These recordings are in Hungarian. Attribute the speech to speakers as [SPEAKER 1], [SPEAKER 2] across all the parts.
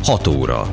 [SPEAKER 1] 6 óra.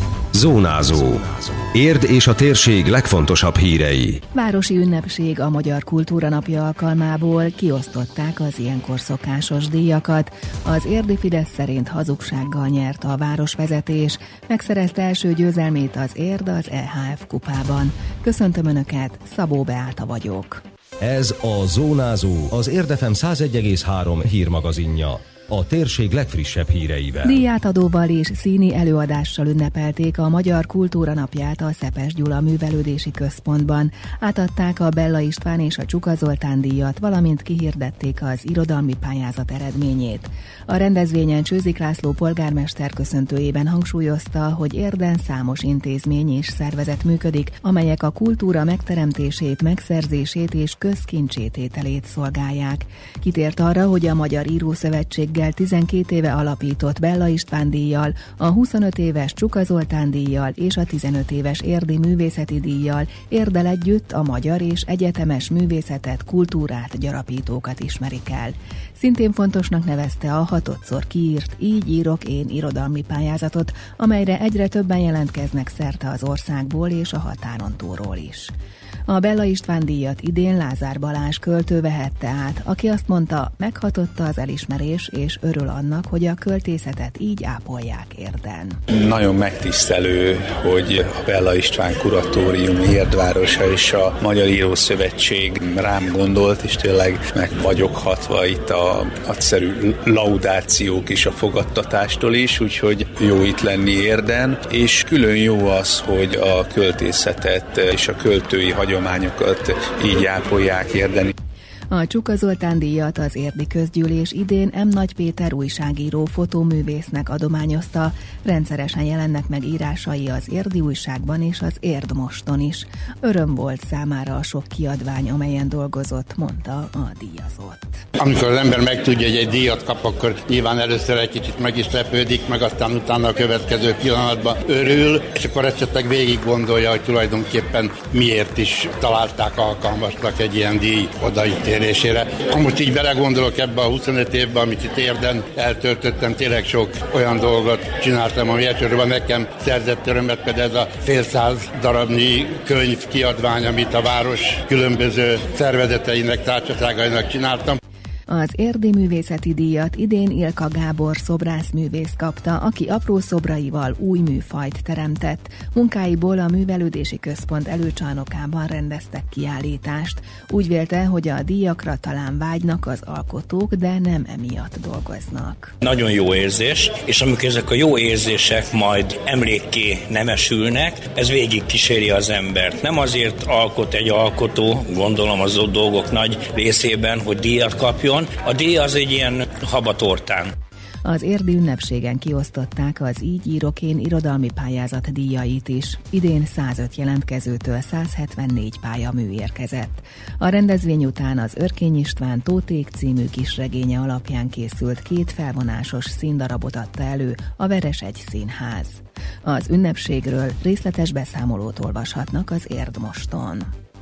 [SPEAKER 1] Zónázó. Érd és a térség legfontosabb hírei.
[SPEAKER 2] Városi ünnepség a Magyar Kultúra Napja alkalmából kiosztották az ilyenkor szokásos díjakat. Az érdi Fidesz szerint hazugsággal nyert a városvezetés, megszerezte első győzelmét az Érd az EHF kupában. Köszöntöm Önöket, Szabó Beáta vagyok.
[SPEAKER 1] Ez a Zónázó, az Érd FM 101,3 hírmagazinja. A térség legfrissebb híreivel.
[SPEAKER 2] Díjátadóval és színi előadással ünnepelték a Magyar Kultúra Napját a Szepes Gyula Művelődési Központban. Átadták a Bella István és a Csuka Zoltán díjat, valamint kihirdették az irodalmi pályázat eredményét. A rendezvényen Csőzik László polgármester köszöntőjében hangsúlyozta, hogy Érden számos intézmény és szervezet működik, amelyek a kultúra megteremtését, megszerzését és közkincsétételét szolgálják. Kitért arra, hogy a Magyar Írószövetség 12 éve alapított Bella István díjjal, a 25 éves Csuka Zoltán díjjal és a 15 éves Érdi Művészeti díjjal Érddel együtt a magyar és egyetemes művészetet, kultúrát, gyarapítókat ismerik el. Szintén fontosnak nevezte a 6-szor kiírt Így írok én irodalmi pályázatot, amelyre egyre többen jelentkeznek szerte az országból és a határon túlról is. A Bella István díjat idén Lázár Balázs költő vehette át, aki azt mondta, meghatotta az elismerés, és örül annak, hogy a költészetet így ápolják Érden.
[SPEAKER 3] Nagyon megtisztelő, hogy a Bella István Kuratórium Érdvárosa és a Magyar Írószövetség rám gondolt, és tényleg meg vagyok hatva itt a nagyszerű laudációk és a fogadtatástól is, úgyhogy jó itt lenni Érden, és külön jó az, hogy a költészetet és a költői hagyományokat így ápolják Érden.
[SPEAKER 2] A Csuka Zoltán díjat az érdi közgyűlés idén M. Nagy Péter újságíró fotóművésznek adományozta. Rendszeresen jelennek meg írásai az Érdi Újságban és az Érd Moston is. Öröm volt számára a sok kiadvány, amelyen dolgozott, mondta a díjazott.
[SPEAKER 4] Amikor az ember megtudja, hogy egy díjat kap, akkor nyilván először egy kicsit meg is lepődik, meg aztán utána a következő pillanatban örül, és akkor esetleg végig gondolja, hogy tulajdonképpen miért is találták alkalmasnak egy ilyen díj odaítélésére. Ha most így belegondolok ebbe a 25 évben, amit itt Érden eltöltöttem, tényleg sok olyan dolgot csináltam, ami elsősorban nekem szerzett örömet, például ez a fél száz darabnyi könyv kiadvány, amit a város különböző szervezeteinek, társaságainak csináltam.
[SPEAKER 2] Az Érdi Művészeti díjat idén Ilka Gábor szobrászművész kapta, aki apró szobraival új műfajt teremtett. Munkáiból a Művelődési Központ előcsarnokában rendeztek kiállítást. Úgy vélte, hogy a díjakra talán vágynak az alkotók, de nem emiatt dolgoznak.
[SPEAKER 5] Nagyon jó érzés, és amikor ezek a jó érzések majd emlékké nemesülnek, ez végig kíséri az embert. Nem azért alkot egy alkotó, gondolom az dolgok nagy részében, hogy díjat kapjon. A díj az egy ilyen habatortán.
[SPEAKER 2] Az érdi ünnepségen kiosztották az Így írok én irodalmi pályázat díjait is. Idén 105 jelentkezőtől 174 pályamű érkezett. A rendezvény után az Örkény István Tóték című kisregénye alapján készült 2 felvonásos színdarabot adta elő a Veresegy Színház. Az ünnepségről részletes beszámolót olvashatnak az Érd Moston.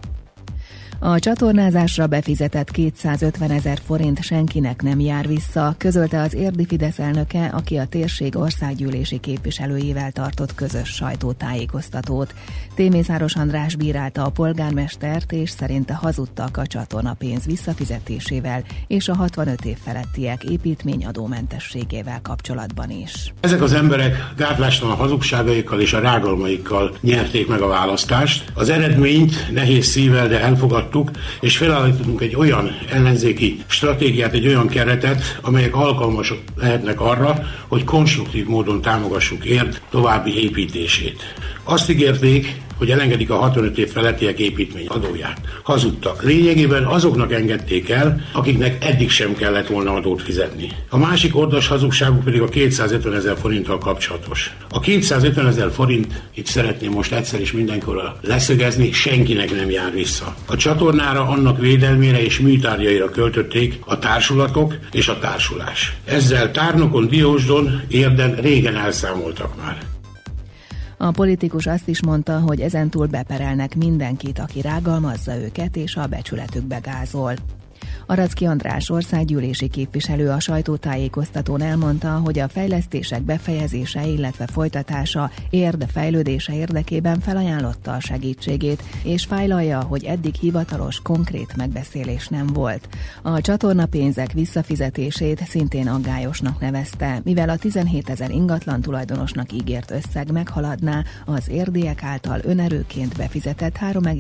[SPEAKER 2] A csatornázásra befizetett 250 000 forint senkinek nem jár vissza, közölte az érdi Fidesz elnöke, aki a térség országgyűlési képviselőjével tartott közös sajtótájékoztatót. Témészáros András bírálta a polgármestert, és szerinte hazudtak a csatornapénz visszafizetésével és a 65 év felettiek építményadómentességével kapcsolatban is.
[SPEAKER 6] Ezek az emberek gátlástalan hazugságaikkal és a rágalmaikkal nyerték meg a választást. Az eredményt nehéz szívvel, de elfogadtuk, és felállítottunk egy olyan ellenzéki stratégiát, egy olyan keretet, amelyek alkalmasok lehetnek arra, hogy konstruktív módon támogassuk Érd további építését. Azt ígérték, hogy elengedik a 65 év felettiek építményadóját. Hazudtak. Lényegében azoknak engedték el, akiknek eddig sem kellett volna adót fizetni. A másik ordas hazugságuk pedig a 250 000 forinttal kapcsolatos. A 250 000 forint, itt szeretném most egyszer is mindenkorra leszögezni, senkinek nem jár vissza. A csatornára, annak védelmére és műtárgyaira költötték a társulatok és a társulás. Ezzel Tárnokon, Diósdon, Érden régen elszámoltak már.
[SPEAKER 2] A politikus azt is mondta, hogy ezentúl beperelnek mindenkit, aki rágalmazza őket és a becsületükbe gázol. Aradzki András országgyűlési képviselő a sajtótájékoztatón elmondta, hogy a fejlesztések befejezése, illetve folytatása Érd fejlődése érdekében felajánlotta a segítségét, és fájlalja, hogy eddig hivatalos, konkrét megbeszélés nem volt. A csatornapénzek visszafizetését szintén aggályosnak nevezte, mivel a 17 000 ingatlan tulajdonosnak ígért összeg meghaladná az érdiek által önerőként befizetett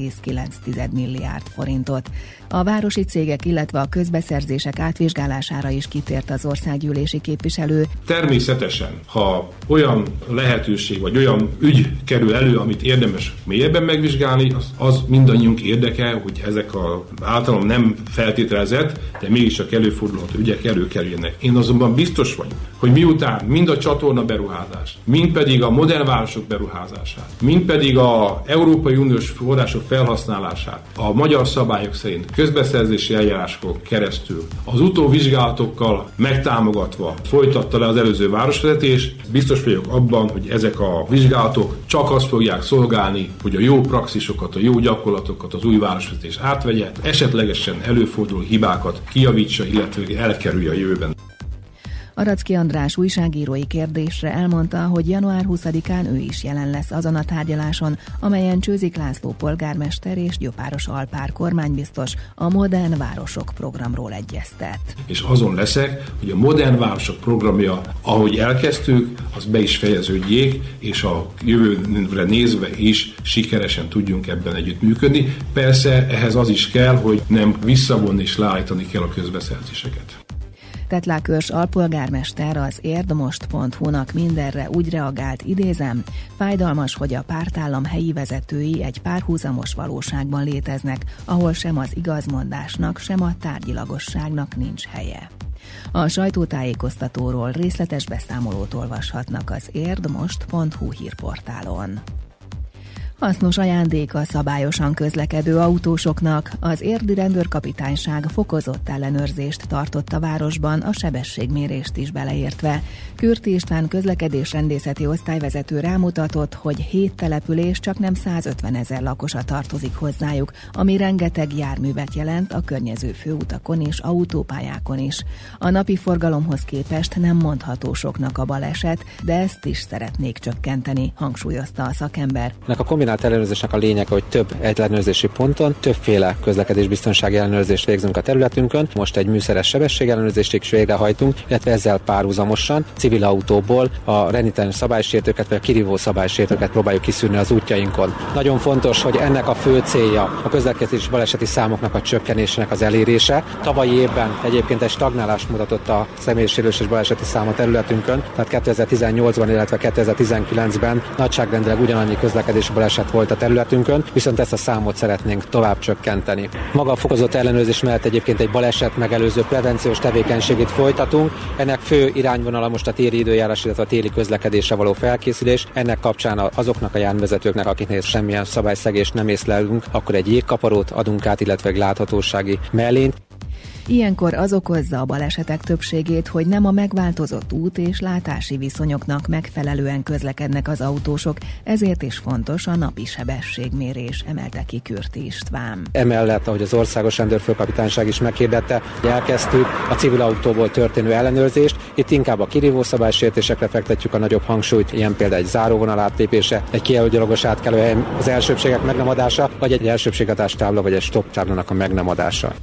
[SPEAKER 2] 3,9 milliárd forintot. A városi cégek, illetve a közbeszerzések átvizsgálására is kitért az országgyűlési képviselő.
[SPEAKER 7] Természetesen, ha olyan lehetőség vagy olyan ügy kerül elő, amit érdemes mélyebben megvizsgálni, az mindannyiunk érdeke, hogy ezek az általam nem feltételezett, de mégiscsak előfordulható ügyek előkerüljenek. Én azonban biztos vagyok, hogy miután mind a csatorna beruházás, mind pedig a modern városok beruházását, mind pedig az Európai Uniós források felhasználását a magyar szabályok szerint közbeszerzési eljárásokon keresztül az utóvizsgálatokkal megtámogatva folytatta le az előző városvezetés, biztos vagyok abban, hogy ezek a vizsgálatok csak azt fogják szolgálni, hogy a jó praxisokat, a jó gyakorlatokat az új városvezetés átvegye, esetlegesen előforduló hibákat kijavítsa, illetve elkerülje a jövőben.
[SPEAKER 2] Aradzki András újságírói kérdésre elmondta, hogy január 20-án ő is jelen lesz azon a tárgyaláson, amelyen Csőzik László polgármester és Gyopáros Alpár kormánybiztos a Modern Városok programról egyeztet.
[SPEAKER 7] És azon leszek, hogy a Modern Városok programja, ahogy elkezdtük, az be is fejeződjék, és a jövőre nézve is sikeresen tudjunk ebben együttműködni. Persze ehhez az is kell, hogy nem visszavonni és leállítani kell a közbeszerzéseket.
[SPEAKER 2] Tetlák Őrs alpolgármester az érdmost.hu-nak mindenre úgy reagált, idézem, fájdalmas, hogy a pártállam helyi vezetői egy párhuzamos valóságban léteznek, ahol sem az igazmondásnak, sem a tárgyilagosságnak nincs helye. A sajtótájékoztatóról részletes beszámolót olvashatnak az érdmost.hu hírportálon. Hasznos ajándék a szabályosan közlekedő autósoknak. Az érdi rendőrkapitányság fokozott ellenőrzést tartott a városban, a sebességmérést is beleértve. Kürti István közlekedésrendészeti osztályvezető rámutatott, hogy 7 település csaknem 150 000 lakosa tartozik hozzájuk, ami rengeteg járművet jelent a környező főutakon és autópályákon is. A napi forgalomhoz képest nem mondható soknak a baleset, de ezt is szeretnék csökkenteni, hangsúlyozta a szakember.
[SPEAKER 8] A kombinált ellenőrzésnek a lényege, hogy több ellenőrzési ponton többféle közlekedésbiztonsági ellenőrzést végzünk a területünkön. Most egy műszeres sebességellenőrzést is végrehajtunk, illetve ezzel párhuzamosan civil autóból a renitens szabálysértőket vagy a kirívó szabálysértőket próbáljuk kiszűrni az útjainkon. Nagyon fontos, hogy ennek a fő célja a közlekedési baleseti számoknak a csökkenésének az elérése. Tavalyi évben egyébként egy stagnálást mutatott a személyisérüléses baleseti szám a területünkön, tehát 2018-ban, illetve 2019-ben nagyságrendileg ugyanannyi közlekedési baleset volt a területünkön, viszont ezt a számot szeretnénk tovább csökkenteni. Maga a fokozott ellenőrzés mellett egyébként egy baleset megelőző prevenciós tevékenységét folytatunk. Ennek fő irányvonala most a téli időjárás, illetve a téli közlekedésre való felkészülés. Ennek kapcsán azoknak a járművezetőknek, akiknél semmilyen szabályszegést nem észlelünk, akkor egy jégkaparót adunk át, illetve egy láthatósági mellényt.
[SPEAKER 2] Ilyenkor az okozza a balesetek többségét, hogy nem a megváltozott út és látási viszonyoknak megfelelően közlekednek az autósok, ezért is fontos a napi sebességmérés, emelte ki Kürti István.
[SPEAKER 8] Emellett, ahogy az Országos Rendőrfőkapitányság is meghirdette, hogy elkezdtük a civil autóból történő ellenőrzést. Itt inkább a kirívó szabálysértésekre fektetjük a nagyobb hangsúlyt, ilyen például egy záróvonal átlépése, egy kijelölgyalogos átkelőhely, az elsőbségek meg nem adása, vagy egy elsőbségadás tábla, vagy egy stop táblának a meg nem adása.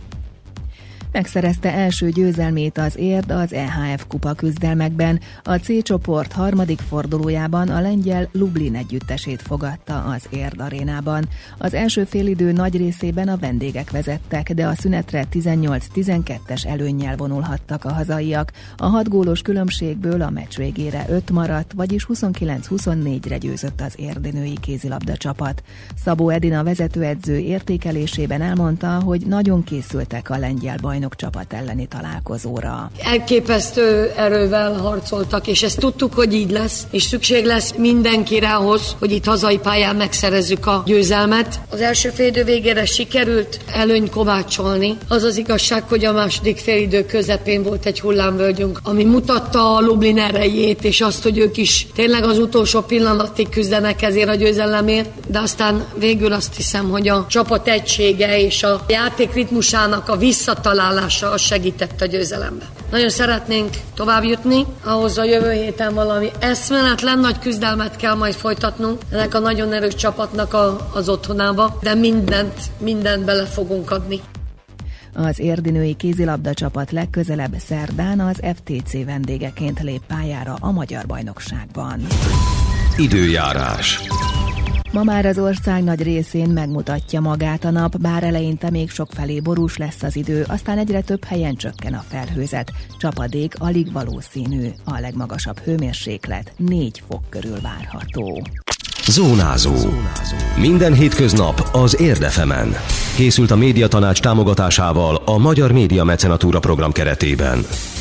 [SPEAKER 2] Megszerezte első győzelmét az Érd az EHF kupa küzdelmekben. A C csoport harmadik fordulójában a lengyel Lublin együttesét fogadta az Érd arénában. Az első félidő nagy részében a vendégek vezettek, de a szünetre 18-12-es előnnyel vonulhattak a hazaiak. A 6 gólos különbségből a meccs végére 5 maradt, vagyis 29-24-re győzött az érdi női kézilabda csapat. Szabó Edina vezetőedző értékelésében elmondta, hogy nagyon készültek a lengyel bajnok csapat elleni találkozóra.
[SPEAKER 9] Elképesztő erővel harcoltak, és ezt tudtuk, hogy így lesz, és szükség lesz mindenkire ahhoz, hogy itt hazai pályán megszerezzük a győzelmet. Az első félidő végére sikerült előnyt kovácsolni. Az az igazság, hogy a második félidő közepén volt egy hullámvölgyünk, ami mutatta a Lublin erejét, és azt, hogy ők is tényleg az utolsó pillanatig küzdenek ezért a győzelemért, de aztán végül azt hiszem, hogy a csapat egysége és a játék ritmusának a visszatalálás felállása az segített a győzelembe. Nagyon szeretnénk tovább jutni, ahhoz a jövő héten valami eszméletlen nagy küzdelmet kell majd folytatnunk ennek a nagyon erős csapatnak az otthonába, de mindent bele fogunk adni.
[SPEAKER 2] Az érdinői kézilabda csapat legközelebb szerdán az FTC vendégeként lép pályára a magyar bajnokságban.
[SPEAKER 1] Időjárás.
[SPEAKER 2] Ma már az ország nagy részén megmutatja magát a nap, bár eleinte még sokfelé borús lesz az idő, aztán egyre több helyen csökken a felhőzet. Csapadék alig valószínű, a legmagasabb hőmérséklet 4 fok körül várható.
[SPEAKER 1] Zónázó. Minden hétköznap az Érdefemen. Készült a Médiatanács támogatásával a Magyar Média Mecenatúra program keretében.